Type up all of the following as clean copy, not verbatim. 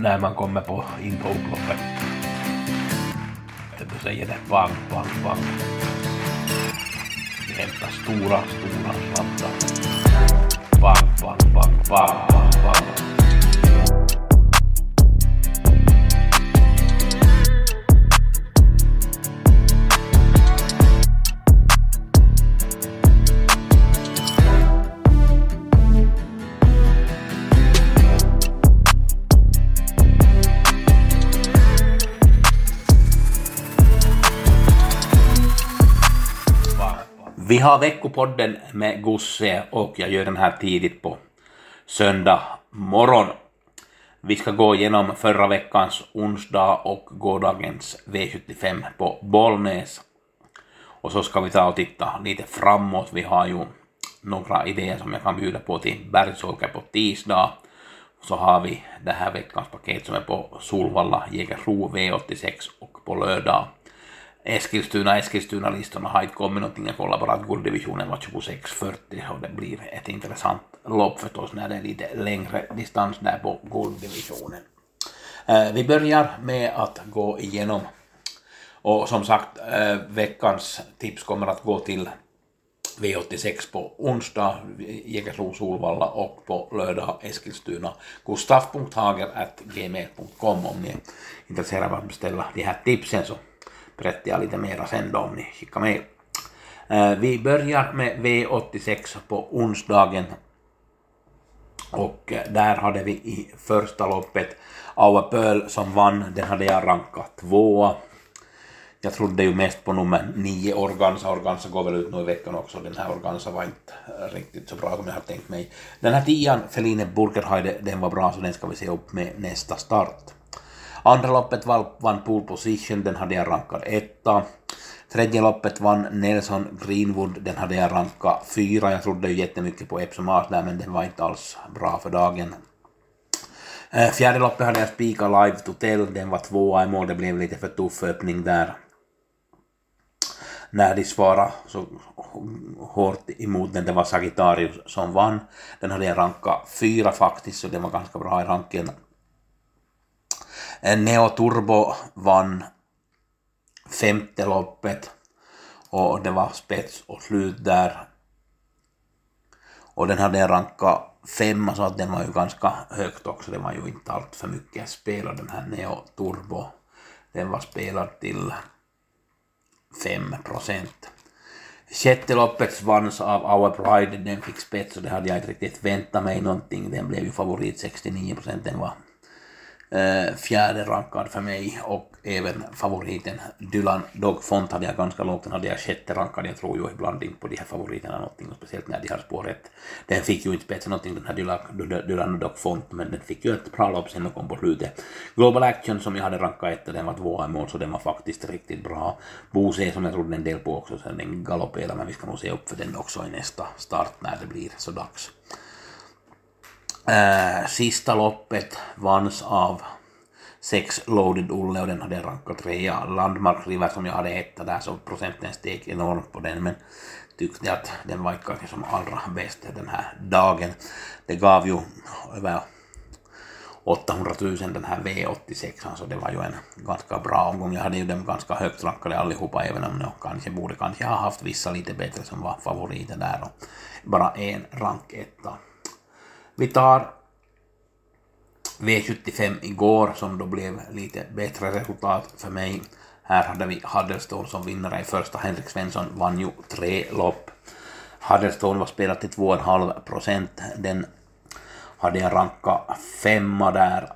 när man kommer in på upploppet. Då säger det bang, bang, bang. Vi hämtar stora slantar. Bang, bang, bang, bang, bang, bang. Vi har veckopodden med Gusse och jag gör den här tidigt på söndag morgon. Vi ska gå igenom förra veckans onsdag och gårdagens V75 på Bollnäs. Och så ska vi ta och titta lite framåt. Vi har ju några idéer som jag kan bjuda på till Bergsåker på tisdag. Så har vi det här veckans paket som är på Solvalla, Jägersro V86 och på lördag Eskilstuna-listorna har inte kommit någonting. Jag kollar bara att gulddivisionen var 26:40 och det blir ett intressant lopp förstås när det är lite längre distans där på gulddivisionen. Vi börjar med att gå igenom och som sagt veckans tips kommer att gå till V86 på onsdag, Jägersro, Solvalla och på lördag Eskilstuna. Gustaf.hager@gmail.com om ni är intresserade av att beställa de här tipsen så berättar jag lite mera sen då om ni skickar mejl. Vi börjar med V86 på onsdagen och där hade vi i första loppet Aue Pöl som vann. Den hade jag rankat 2. Jag trodde ju mest på nummer 9 Organza går väl ut nu i veckan också. Den här Organza var inte riktigt så bra som jag har tänkt mig. Den här 10 Feline Burgerheide, den var bra så den ska vi se upp med nästa start. Andra loppet vann Pole Position, den hade jag rankat 1. Tredje loppet vann Nelson Greenwood, den hade jag rankat 4. Jag trodde ju jättemycket på Epsom Mars där men den var inte alls bra för dagen. Fjärde loppet hade jag spika Live to Tell, den var 2 i mål, det blev lite för tuff öppning där. När de svarade så hårt emot den, det var Sagittarius som vann. Den hade jag rankat 4 faktiskt så den var ganska bra i ranken. Neo Turbo vann 5:e loppet och det var spets och slut där. Och den hade jag rankat 5 så att den var ju ganska högt också. Det var ju inte allt för mycket spelad den här Neo Turbo. Den var spelad till 5%. Sjätte loppet vanns av Our Pride, den fick spets och det hade jag inte riktigt väntat mig någonting. Den blev ju favorit 69%, den var fjärde rankad för mig och även favoriten Dylan Dogfont hade jag ganska lågt, den hade jag sjätte rankad. Jag tror ju ibland inte på de här favoriterna någonting och speciellt när de har spåret. Den fick ju inte spetsa någonting den här Dylan Dogfont men den fick ju ett bra lopp sen och kom på slutet. Global Action som jag hade rankat 1 den var 2 i mål så den var faktiskt riktigt bra. Bose som jag trodde en del på också så den galopperade men vi ska nog se upp för den också i nästa start när det blir så dags. Sista loppet vanns av 6 Loaded Olle och den hade rankat 3. Landmark River som jag hade 1 där så procenten steg enormt på den men tyckte att den var kanske som allra bäst den här dagen. Det gav ju över 800 000 den här V86 så det var ju en ganska bra omgång. Jag hade ju dem ganska högt rankade allihopa även om jag borde kanske ha haft vissa lite bättre som var favoriter där och bara en rank 1. Vi tar V75 igår som då blev lite bättre resultat för mig. Här hade vi Huddlestone som vinnare i första. Henrik Svensson vann ju 3 lopp. Huddlestone var spelat till 2,5%. Den hade jag rankat 5 där.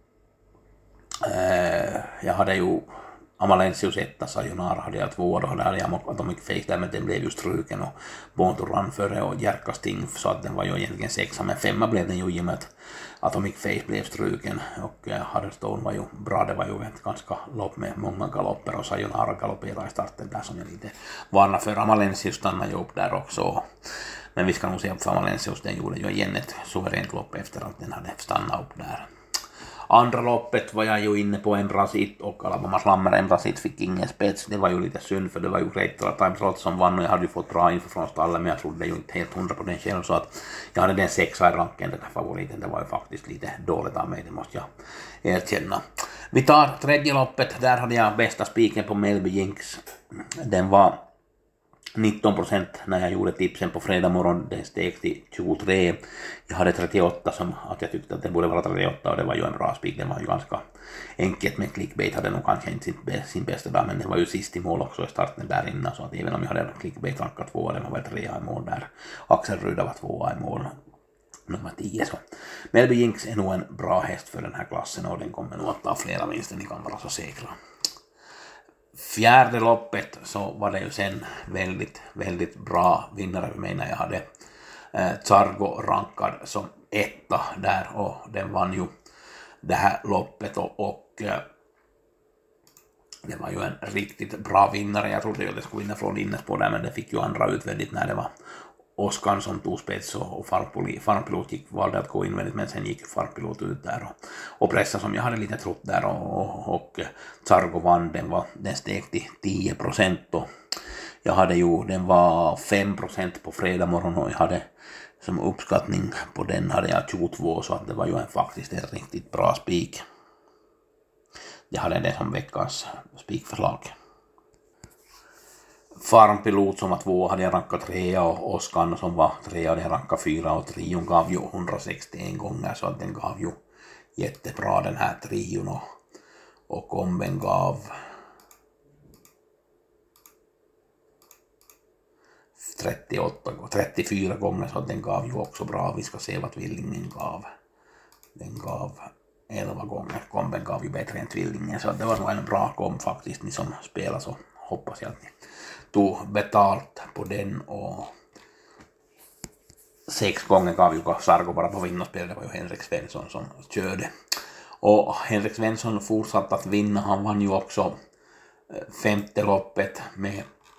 Jag hade ju Amalensius 1, Sayonara hade jag 2 då hade jag Atomic Face där men den blev ju struken och Born to Run före och Jerka Sting så att den var ju egentligen 6 men 5 blev den ju i och med att Atomic Face blev struken och Huddlestone var ju bra, det var ju ett ganska lopp med många galopper och Sayonara galopperade i starten där som jag lite varnar för. Amalensius stannade ju upp där också men vi ska nog se upp för Amalensius, den gjorde ju igen ett suveränt lopp efter att den hade stannat upp där. Andra loppet var jag ju inne på Embrasit och Alabama Slammer. Embrasit fick ingen spets. Det var ju lite synd för det var ju Great Time Trot som vann och jag hade ju fått bra info från stallet men jag trodde ju inte helt 100 på den själv så att jag hade den 6 i ranken, den här favoriten. Det var ju faktiskt lite dåligt av mig, det måste jag erkänna. Vi tar tredje loppet, där hade jag bästa spiken på Melby Jinx. Den var 19% när jag gjorde tipsen på fredag morgon, den steg till 23. Jag hade 38 som att jag tyckte att det borde vara 38 och det var ju en bra spik, den var ju ganska enkelt med clickbait, hade nog kanske inte sin bästa dag men det var ju sist i mål också i starten där innan så att även om jag hade clickbait rankat 2 den var väl 3 i mål där. Axel Ruda var 2 i mål. Nummer 10 så. Melby Jinx är nog en bra häst för den här klassen och den kommer nog att ta flera vinster, ni kan vara så säkra. Fjärde loppet så var det ju sen väldigt bra vinnare för mig när jag hade Zargo rankad som etta där och den vann ju det här loppet och det var ju en riktigt bra vinnare. Jag trodde ju att det skulle vinna från Innespår där men det fick ju andra utvändigt när det var Oskar som tog spets och Farmpilot valde att gå invändigt men sen gick Farmpilot ut där och pressa som jag hade lite trott där och Zargo vann, den steg till 10% och jag hade ju, den var 5% på fredag morgon och jag hade som uppskattning på den hade jag 22 så att det var ju faktiskt en riktigt bra spik. Jag hade det som veckans spikförslag. Farmpilot som var 2 hade jag rankat 3 och Oskar som var 3 hade jag rankat 4 och trion gav ju 161 gånger så att den gav ju jättebra den här trion och komben gav 34 gånger så att den gav ju också bra. Vi ska se vad tvillingen gav. Den gav 11 gånger. Komben gav ju bättre än tvillingen så att det var nog en bra kom faktiskt. Ni som spelar så hoppas jag att ni tog betalt på den och 6 gånger gav ju Zargo bara på vinnarspel. Det var ju Henrik Svensson som körde. Och Henrik Svensson fortsatte att vinna. Han vann ju också femte loppet med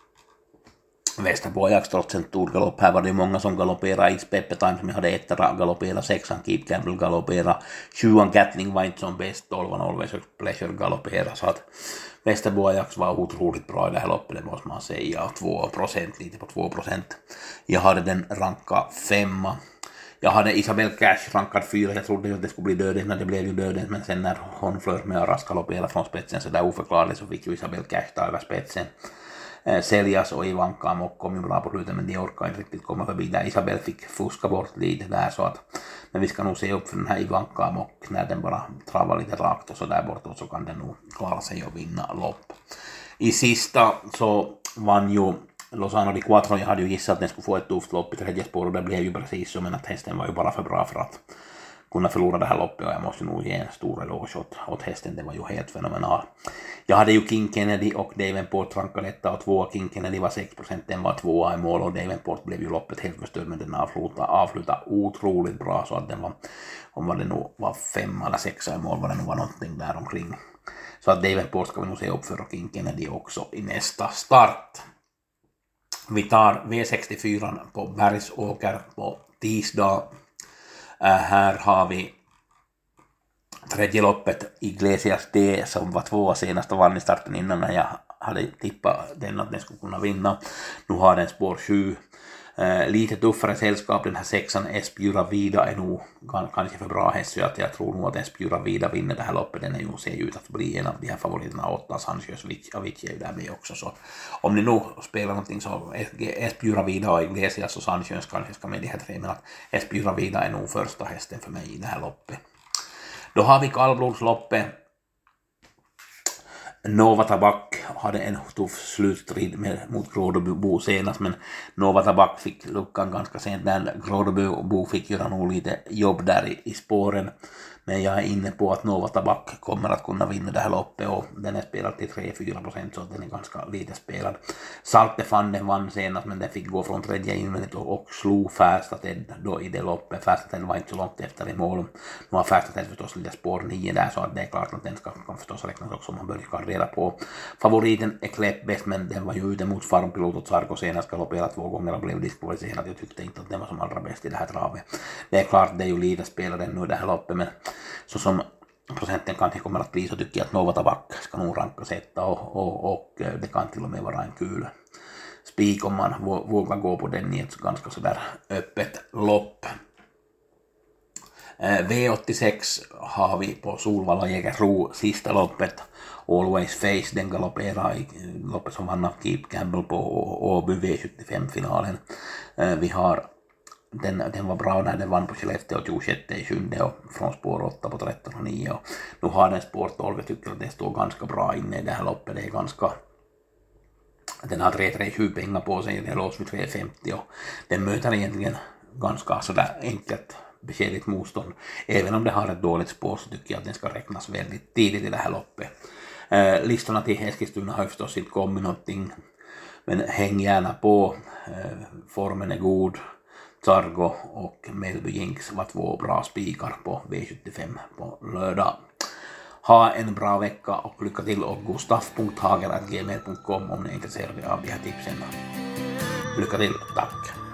Västerbo Ajax trots en stor galopp. Här var det många som galopperade. It's Peppe Time som jag hade ettara galoppera, 6an Keep Campbell galoppera, 7an Gatling var inte som bäst, 12an Always Pleasure galoppera så att Västerbo Ajax var otroligt bra i det här loppet, det måste man säga. 2%, lite på 2%. Jag hade den ranka 5. Jag hade Isabel Cash rankad 4, jag trodde att det skulle bli döden, när det blev ju döden, men sen när hon flöt med att raska galoppera från spetsen så där oförklarligt så fick ju Isabel Cash ta över spetsen. Säljas och Ivanka Mock kom ju bra på slutet men de orkade inte riktigt komma förbi där. Isabel fick fuska bort lite där så att men vi ska nog se upp för den här Ivanka Mock när den bara travar lite rakt och så där bortåt så kan den nog klara sig och vinna lopp. I sista så vann ju Lozano di Quattro, jag hade ju gissat att den skulle få ett tufft lopp i tredje spår och det blev ju precis så men att hästen var ju bara för bra för att kunna förlora det här loppet och jag måste nog ge en stor eloge åt hästen, det var ju helt fenomenal. Jag hade ju King Kennedy och Davenport rankade 1 och 2, King Kennedy var 6%, den var 2 i mål och Davenport blev ju loppet helt förstörd men den avslutade otroligt bra så att den var, om det nog var 5 eller 6 i mål var det nog var någonting där omkring. Så att Davenport ska vi nog se upp för och King Kennedy också i nästa start. Vi tar V64 på Bergsåker på tisdag. Här har vi tredje loppet Iglesias D som var 2 senast och vann i starten innan när jag hade tippat den att den skulle kunna vinna. Nu har den spår 7. Lite tuffare sällskap, den här 6an Espura Vida är nog kanske för bra häst så att jag tror nog att Espura Vida vinner det här loppet. Den är ju, ser ut att bli en av de här favoriterna, 8 Sanchez Avicii är ju där med också så om ni nog spelar någonting så Espura Vida och Iglesias och Sanchez kanske ska med de här 3 men att Espura Vida är nog första hästen för mig i det här loppet. Då har vi kallblodsloppet. Nova Tabak hade en tuff slutstrid mot Grådobo senast men Nova Tabak fick luckan ganska sent där. Grådobo fick göra nog lite jobb där i spåren men jag är inne på att Nova Tabak kommer att kunna vinna det här loppet och den är spelad till 3-4% så den är ganska lite spelad. Saltefanden vann senast men den fick gå från tredje invändigt och slog Färstated då i det loppet. Färstated var inte så långt efter i mål. Nu har Färstated förstås lite spår 9 där så att det är klart att den ska förstås räknas också om man börjar reda på. Favoriten är Klepp bäst men den var ju ute mot Farmpilot och Zargo senast galopperade 2 gånger och blev diskvalificerad. Jag tyckte inte att den var som allra bäst i det här travet. Det är klart det är ju lite spelare nu i det här loppet men så som procenten kanske kommer att bli så tycker jag att Nova Tabak ska nog rankas etta och det kan till och med vara en kul spik om man vågar gå på den i ett ganska sådär öppet lopp. V86 har vi på Solvalla Jägersro sista loppet. Always Face, den galopperar i loppet som vann av Keep Campbell på Åby V75-finalen. Vi har den var bra när den vann på Skellefteå 26/7 och från spår 8 på 13,9 och nu har den spår 12. Jag tycker att det står ganska bra inne i det här loppet. Det är ganska, den har 3,37 pengar på sig, det är låst vid 3,50 och den möter egentligen ganska sådär enkelt beskedligt motstånd. Även om det har ett dåligt spår så tycker jag att den ska räknas väldigt tidigt i det här loppet. Listorna till Eskilstuna har förstås inte kommit någonting, men häng gärna på. Formen är god. Zargo och Melby Jinx var 2 bra spikar på V75 på lördag. Ha en bra vecka och lycka till, och gustaf.hager@gmail.com om ni är intresserade av de här tipsen. Lycka till, tack!